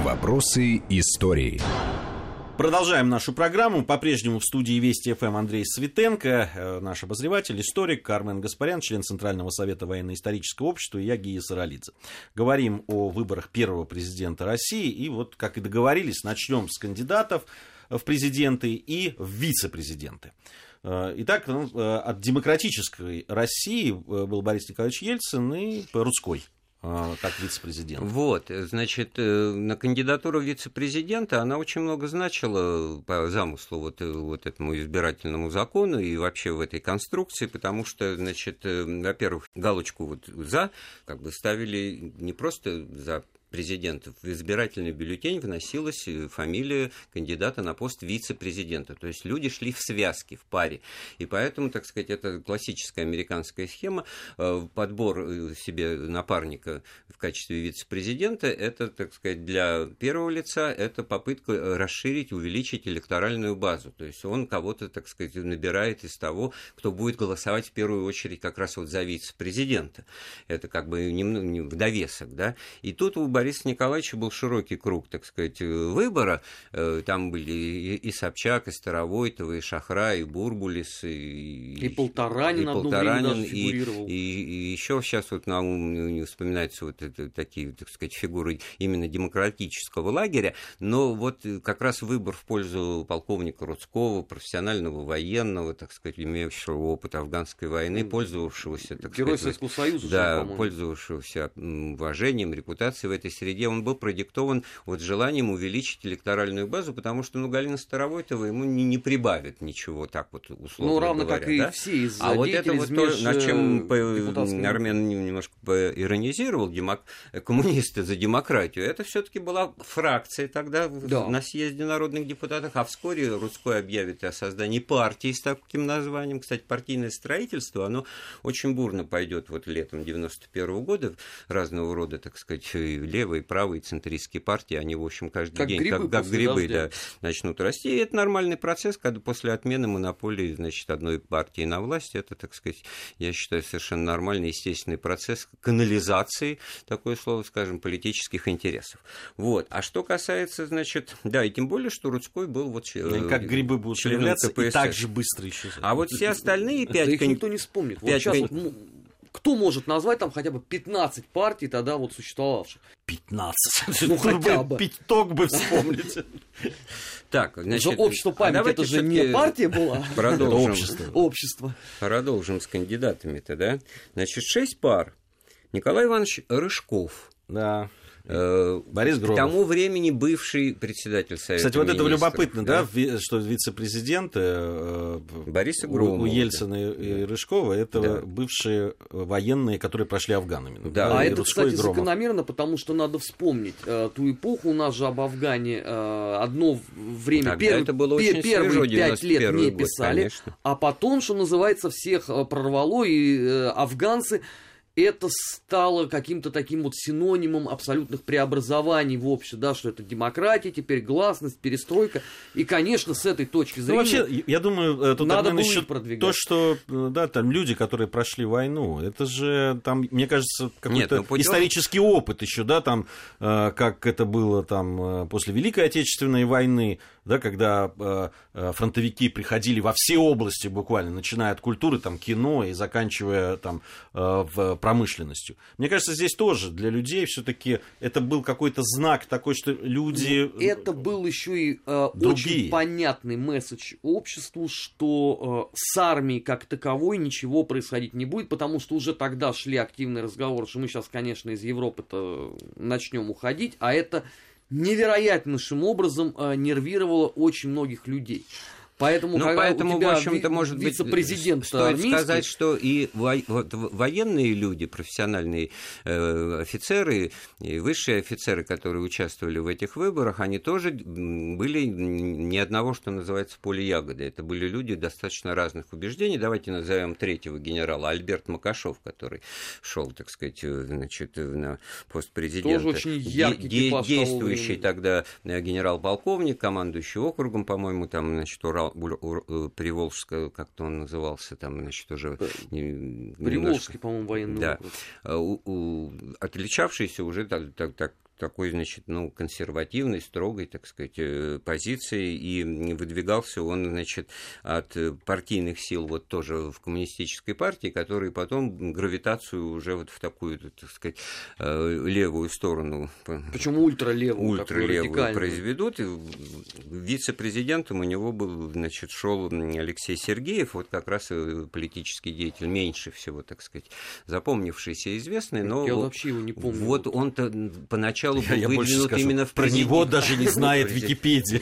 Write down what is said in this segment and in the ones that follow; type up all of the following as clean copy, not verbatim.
Вопросы истории. Продолжаем нашу программу. По-прежнему в студии Вести ФМ Андрей Светенко, наш обозреватель, историк, Армен Гаспарян, член Центрального совета военно-исторического общества, и я, Гия Саралидзе. Говорим о выборах первого президента России. И вот, как и договорились, начнем с кандидатов в президенты и в вице-президенты. Итак, от демократической России был Борис Николаевич Ельцин и Рудской как вице-президент. Вот, значит, на кандидатуру вице-президента она очень много значила по замыслу вот этому избирательному закону и вообще в этой конструкции, потому что, значит, во-первых, галочку вот «за» как бы ставили не просто за президентов. В избирательный бюллетень вносилась фамилия кандидата на пост вице-президента. То есть люди шли в связке, в паре. И поэтому, так сказать, это классическая американская схема. Подбор себе напарника в качестве вице-президента, это, так сказать, для первого лица, это попытка расширить, увеличить электоральную базу. То есть он кого-то, так сказать, набирает из того, кто будет голосовать в первую очередь как раз вот за вице-президента. Это как бы в довесок, да. И тут у Бориса Николаевича был широкий круг, так сказать, выбора. Там были и Собчак, и Старовойтова, и Шахра, и Бурбулис, и Полторанин одно время даже фигурировал. И еще сейчас вот на ум вспоминаются вот такие, так сказать, фигуры именно демократического лагеря. Но вот как раз выбор в пользу полковника Рудского, профессионального военного, так сказать, имеющего опыт афганской войны, пользовавшегося, так Герой сказать, Советского Союза, да, пользовавшегося уважением, репутацией в этой среде, он был продиктован вот желанием увеличить электоральную базу, потому что, Галина Старовойтова ему не прибавит ничего, так вот условно равно говоря, как и да? все из А вот это вот то, над чем Армен немножко поиронизировал, коммунисты за демократию, это все-таки была фракция тогда на съезде народных депутатов, а вскоре Рудской объявит о создании партии с таким названием. Кстати, партийное строительство, оно очень бурно пойдет вот летом 91 года, разного рода, так сказать, левые, правые, центристские партии, они, в общем, каждый как день, грибы, как грибы, да, начнут расти. И это нормальный процесс, когда после отмены монополии, значит, одной партии на власти, это, так сказать, я считаю, совершенно нормальный, естественный процесс канализации, такое слово, скажем, политических интересов. Вот. А что касается, значит, да, и тем более, что Рудской был вот как грибы будут появляться и так же быстро исчезать. А вот все остальные 5... Да их никто не вспомнит. Вот сейчас вот, кто может назвать там хотя бы 15 партий тогда вот существовавших? 15? Ну, хотя бы. Пяток бы вспомнить. Так, значит... Общество памяти, это же не партия была. Продолжим. Общество. Продолжим с кандидатами-то, да? Значит, 6 пар. Николай Иванович Рыжков. Да. Борис Громов. К тому времени бывший председатель Совета Кстати, вот это министров, любопытно, да, что вице-президенты Бориса Громова, у Ельцина и Рыжкова это бывшие военные, которые прошли Афганами. Да. А это, кстати, закономерно, потому что надо вспомнить ту эпоху. У нас же об Афгане одно время, первые 5 лет не писали, конечно. А потом, что называется, всех прорвало, и афганцы... Это стало каким-то таким вот синонимом абсолютных преобразований в обществе, да, что это демократия, теперь гласность, перестройка. И, конечно, с этой точки зрения... Ну, вообще, я думаю, тут надо было еще продвигать. То, что, да, там люди, которые прошли войну, это же, там, мне кажется, какой-то исторический опыт еще, да, там, как это было там после Великой Отечественной войны, да, когда фронтовики приходили во все области буквально, начиная от культуры, там, кино и заканчивая там в промышленностью. Мне кажется, здесь тоже для людей все-таки это был какой-то знак такой, что люди... Это был еще и очень понятный месседж обществу, что с армией как таковой ничего происходить не будет, потому что уже тогда шли активные разговоры, что мы сейчас, конечно, из Европы-то начнем уходить, а это невероятнейшим образом нервировало очень многих людей. Поэтому, поэтому, в общем-то, может быть, стоит сказать, что и военные люди, профессиональные офицеры и высшие офицеры, которые участвовали в этих выборах, они тоже были ни одного, что называется, поля ягоды. Это были люди достаточно разных убеждений. Давайте назовем третьего генерала, Альберт Макашов, который шел, так сказать, значит, на пост президента. Тоже очень яркий типаж действующий тогда генерал-полковник, командующий округом, по-моему, там, значит, Приволжская, как-то он назывался, там, значит, уже... Приволжский, по-моему, военный округ. Отличавшийся уже такой, значит, ну, консервативной, строгой, так сказать, позиции, и выдвигался он, значит, от партийных сил вот тоже в коммунистической партии, которые потом гравитацию уже вот в такую, так сказать, левую сторону. Причем ультралевую произведут. И вице-президентом у него был, значит, шел Алексей Сергеев, вот как раз политический деятель, меньше всего, так сказать, запомнившийся и известный, но я вообще его не помню. Вот он-то поначалу был выдвинут именно в про него даже не знает Википедия.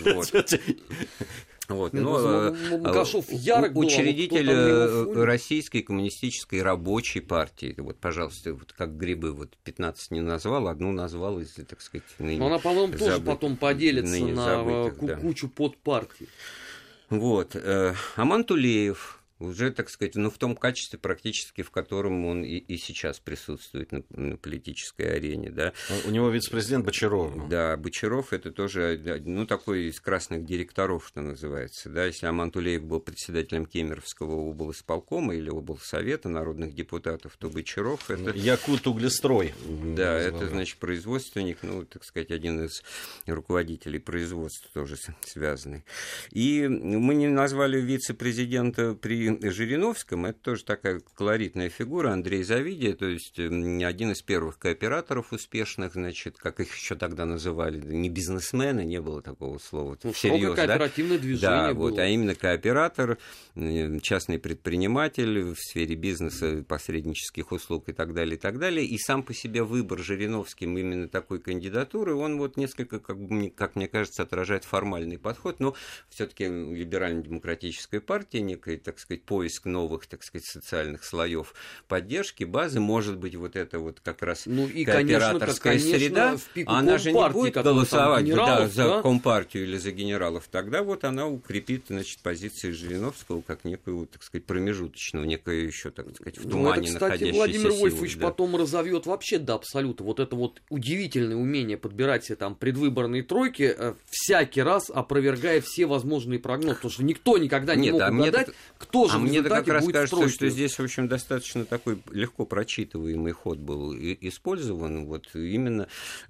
Вот. Мукашов ярок был, учредитель Российской коммунистической рабочей партии. Вот, пожалуйста, вот как грибы, вот 15 не назвал, одну назвал, если, так сказать, ныне. Но она, по-моему, тоже потом поделится на кучу подпартий. Вот. Аман Тулеев. Уже, так сказать, ну, в том качестве практически, в котором он и сейчас присутствует на политической арене, да. У него вице-президент Бочаров. Да, Бочаров это тоже, ну, такой из красных директоров, что называется, да. Если Аман Тулеев был председателем Кемеровского облсполкома или облсовета народных депутатов, то Бочаров это... Якут Углестрой. Да, это, значит, производственник, ну, так сказать, один из руководителей производства тоже связанный. И мы не назвали вице-президента при Жириновском, это тоже такая колоритная фигура, Андрей Завидия, то есть один из первых кооператоров успешных, значит, как их еще тогда называли, не бизнесмены, не было такого слова, всерьез, да? Кооперативное движение да, было. Вот, а именно кооператор, частный предприниматель в сфере бизнеса, посреднических услуг и так далее, и сам по себе выбор Жириновским именно такой кандидатуры, он вот несколько, как мне кажется, отражает формальный подход, но все-таки либерально-демократическая партия, некая, так сказать, поиск новых, так сказать, социальных слоев поддержки, базы, может быть, вот это вот как раз кооператорская среда, она же не будет голосовать за Компартию или за генералов, тогда вот она укрепит, значит, позиции Жириновского как некую, так сказать, промежуточную, некую еще, так сказать, в тумане находящуюся силу. Владимир Вольфович потом разовьет вообще до абсолюта. Вот это вот удивительное умение подбирать себе там предвыборные тройки, всякий раз опровергая все возможные прогнозы, потому что никто никогда не мог угадать, кто же в результате как раз будет кажется, что здесь, в общем, достаточно такой легко прочитываемый ход был использован, вот именно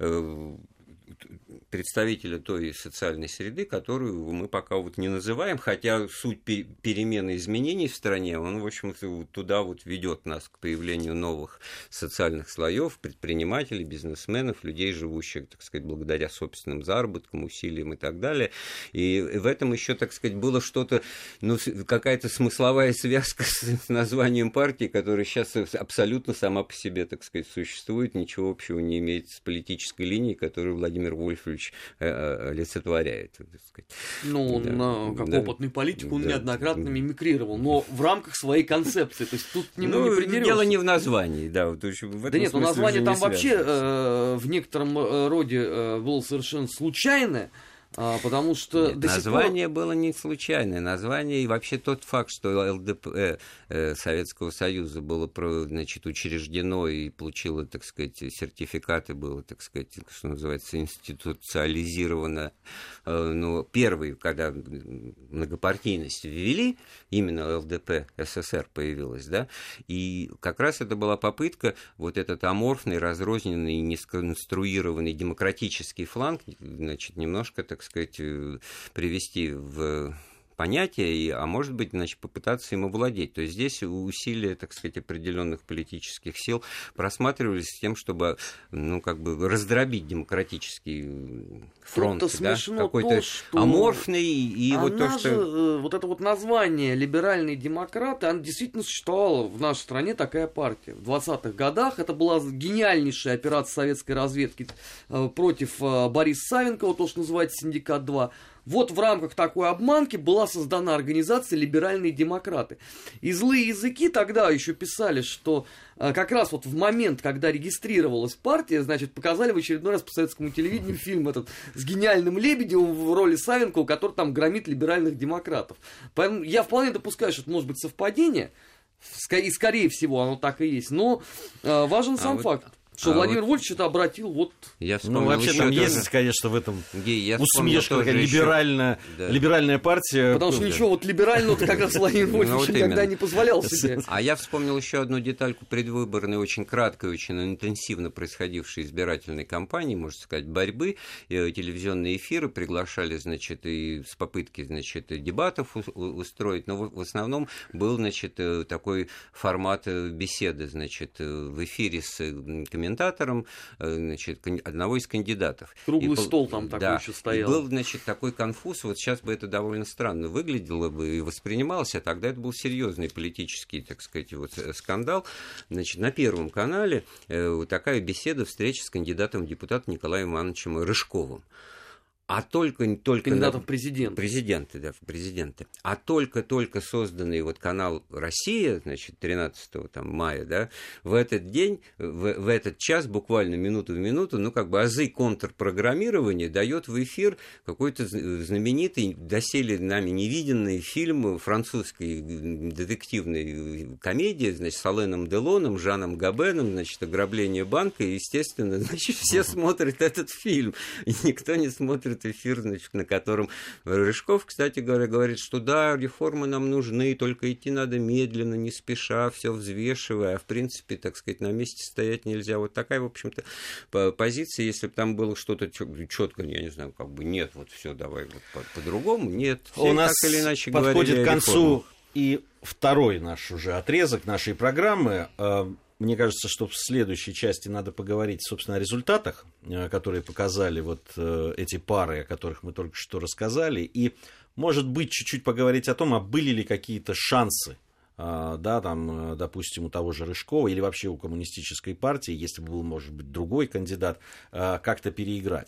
представителя той социальной среды, которую мы пока вот не называем, хотя суть перемены изменений в стране, он, в общем-то, туда вот ведет нас к появлению новых социальных слоев, предпринимателей, бизнесменов, людей, живущих, так сказать, благодаря собственным заработкам, усилиям и так далее. И в этом еще, так сказать, было что-то, ну, какая-то смысловая связка с названием партии, которая сейчас абсолютно сама по себе, так сказать, существует, ничего общего не имеет с политической линией, которую Владимир Вольфович олицетворяет. Так сказать. Ну, он, как опытный политик, он неоднократно мимикрировал, но в рамках своей концепции. То есть тут к нему не придерешься. Дело не в названии, да. Вот, да нет, название там вообще в некотором роде было совершенно случайное. Потому что нет, название было не случайное. Название и вообще тот факт, что ЛДП Советского Союза было, значит, учреждено и получило, так сказать, сертификаты, было, так сказать, что называется, институциализировано. Ну, первый, когда многопартийность ввели, именно ЛДП СССР появилась, да, и как раз это была попытка вот этот аморфный, разрозненный, несконструированный демократический фланг, значит, немножко, так сказать, привести в понятие, а может быть, значит, попытаться им овладеть. То есть здесь усилия, так сказать, определенных политических сил просматривались с тем, чтобы, ну, как бы раздробить демократический фронт, да, какой-то аморфный, и вот то, что... Вот это вот название «либеральные демократы», оно действительно существовало в нашей стране, такая партия. В 20-х годах это была гениальнейшая операция советской разведки против Бориса Савенкова, то, что называется «Синдикат-2». Вот в рамках такой обманки была создана организация «Либеральные демократы». И злые языки тогда еще писали, что как раз вот в момент, когда регистрировалась партия, значит, показали в очередной раз по советскому телевидению фильм этот с гениальным Лебедевым в роли Савенкова, который там громит либеральных демократов. Поэтому я вполне допускаю, что это может быть совпадение, и скорее всего оно так и есть, но важен сам факт. Что Владимир Вольфович это обратил вот... вообще там есть, конечно, в этом усмешка, либеральная партия. Потому что ничего вот либерального как раз Владимир Вольфович никогда не позволял себе. А я вспомнил еще одну детальку предвыборной, очень краткой, очень интенсивно происходившей избирательной кампании, можно сказать, борьбы. Телевизионные эфиры приглашали, значит, и с попытки, значит, дебатов устроить, но в основном был, значит, такой формат беседы, значит, в эфире с комментатором, значит, одного из кандидатов. Круглый стол там такой еще стоял. И был, значит, такой конфуз, вот сейчас бы это довольно странно выглядело бы и воспринималось, а тогда это был серьезный политический, так сказать, вот скандал. Значит, на Первом канале такая беседа, встреча с кандидатом в депутата Николаем Ивановичем Рыжковым. А только кандидатом в президенты. Президенты. А только созданный вот канал «Россия», значит, 13 мая, да, в этот день, в этот час, буквально минуту в минуту, азы контрпрограммирования дает в эфир какой-то знаменитый, доселе нами невиденный фильм французской детективной комедии, значит, с Аленом Делоном, Жаном Габеном, значит, ограбление банка, и, естественно, значит, все смотрят этот фильм, и никто не смотрит эфир, значит, на котором Рыжков, кстати говоря, говорит, что да, реформы нам нужны, только идти надо медленно, не спеша, все взвешивая, а в принципе, так сказать, на месте стоять нельзя. Вот такая, в общем-то, позиция, если бы там было что-то четко, я не знаю, нет, вот все, давай вот по-другому, нет. У нас так или иначе подходит к концу и второй наш уже отрезок нашей программы. Мне кажется, что в следующей части надо поговорить, собственно, о результатах, которые показали вот эти пары, о которых мы только что рассказали, и, может быть, чуть-чуть поговорить о том, а были ли какие-то шансы, да, там, допустим, у того же Рыжкова или вообще у коммунистической партии, если бы был, может быть, другой кандидат, как-то переиграть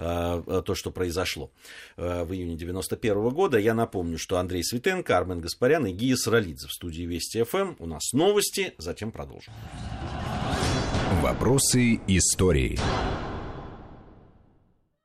то, что произошло в июне 1991 года. Я напомню, что Андрей Светенко, Армен Гаспарян и Гия Саралидзе в студии Вести ФМ. У нас новости, затем продолжим. Вопросы истории.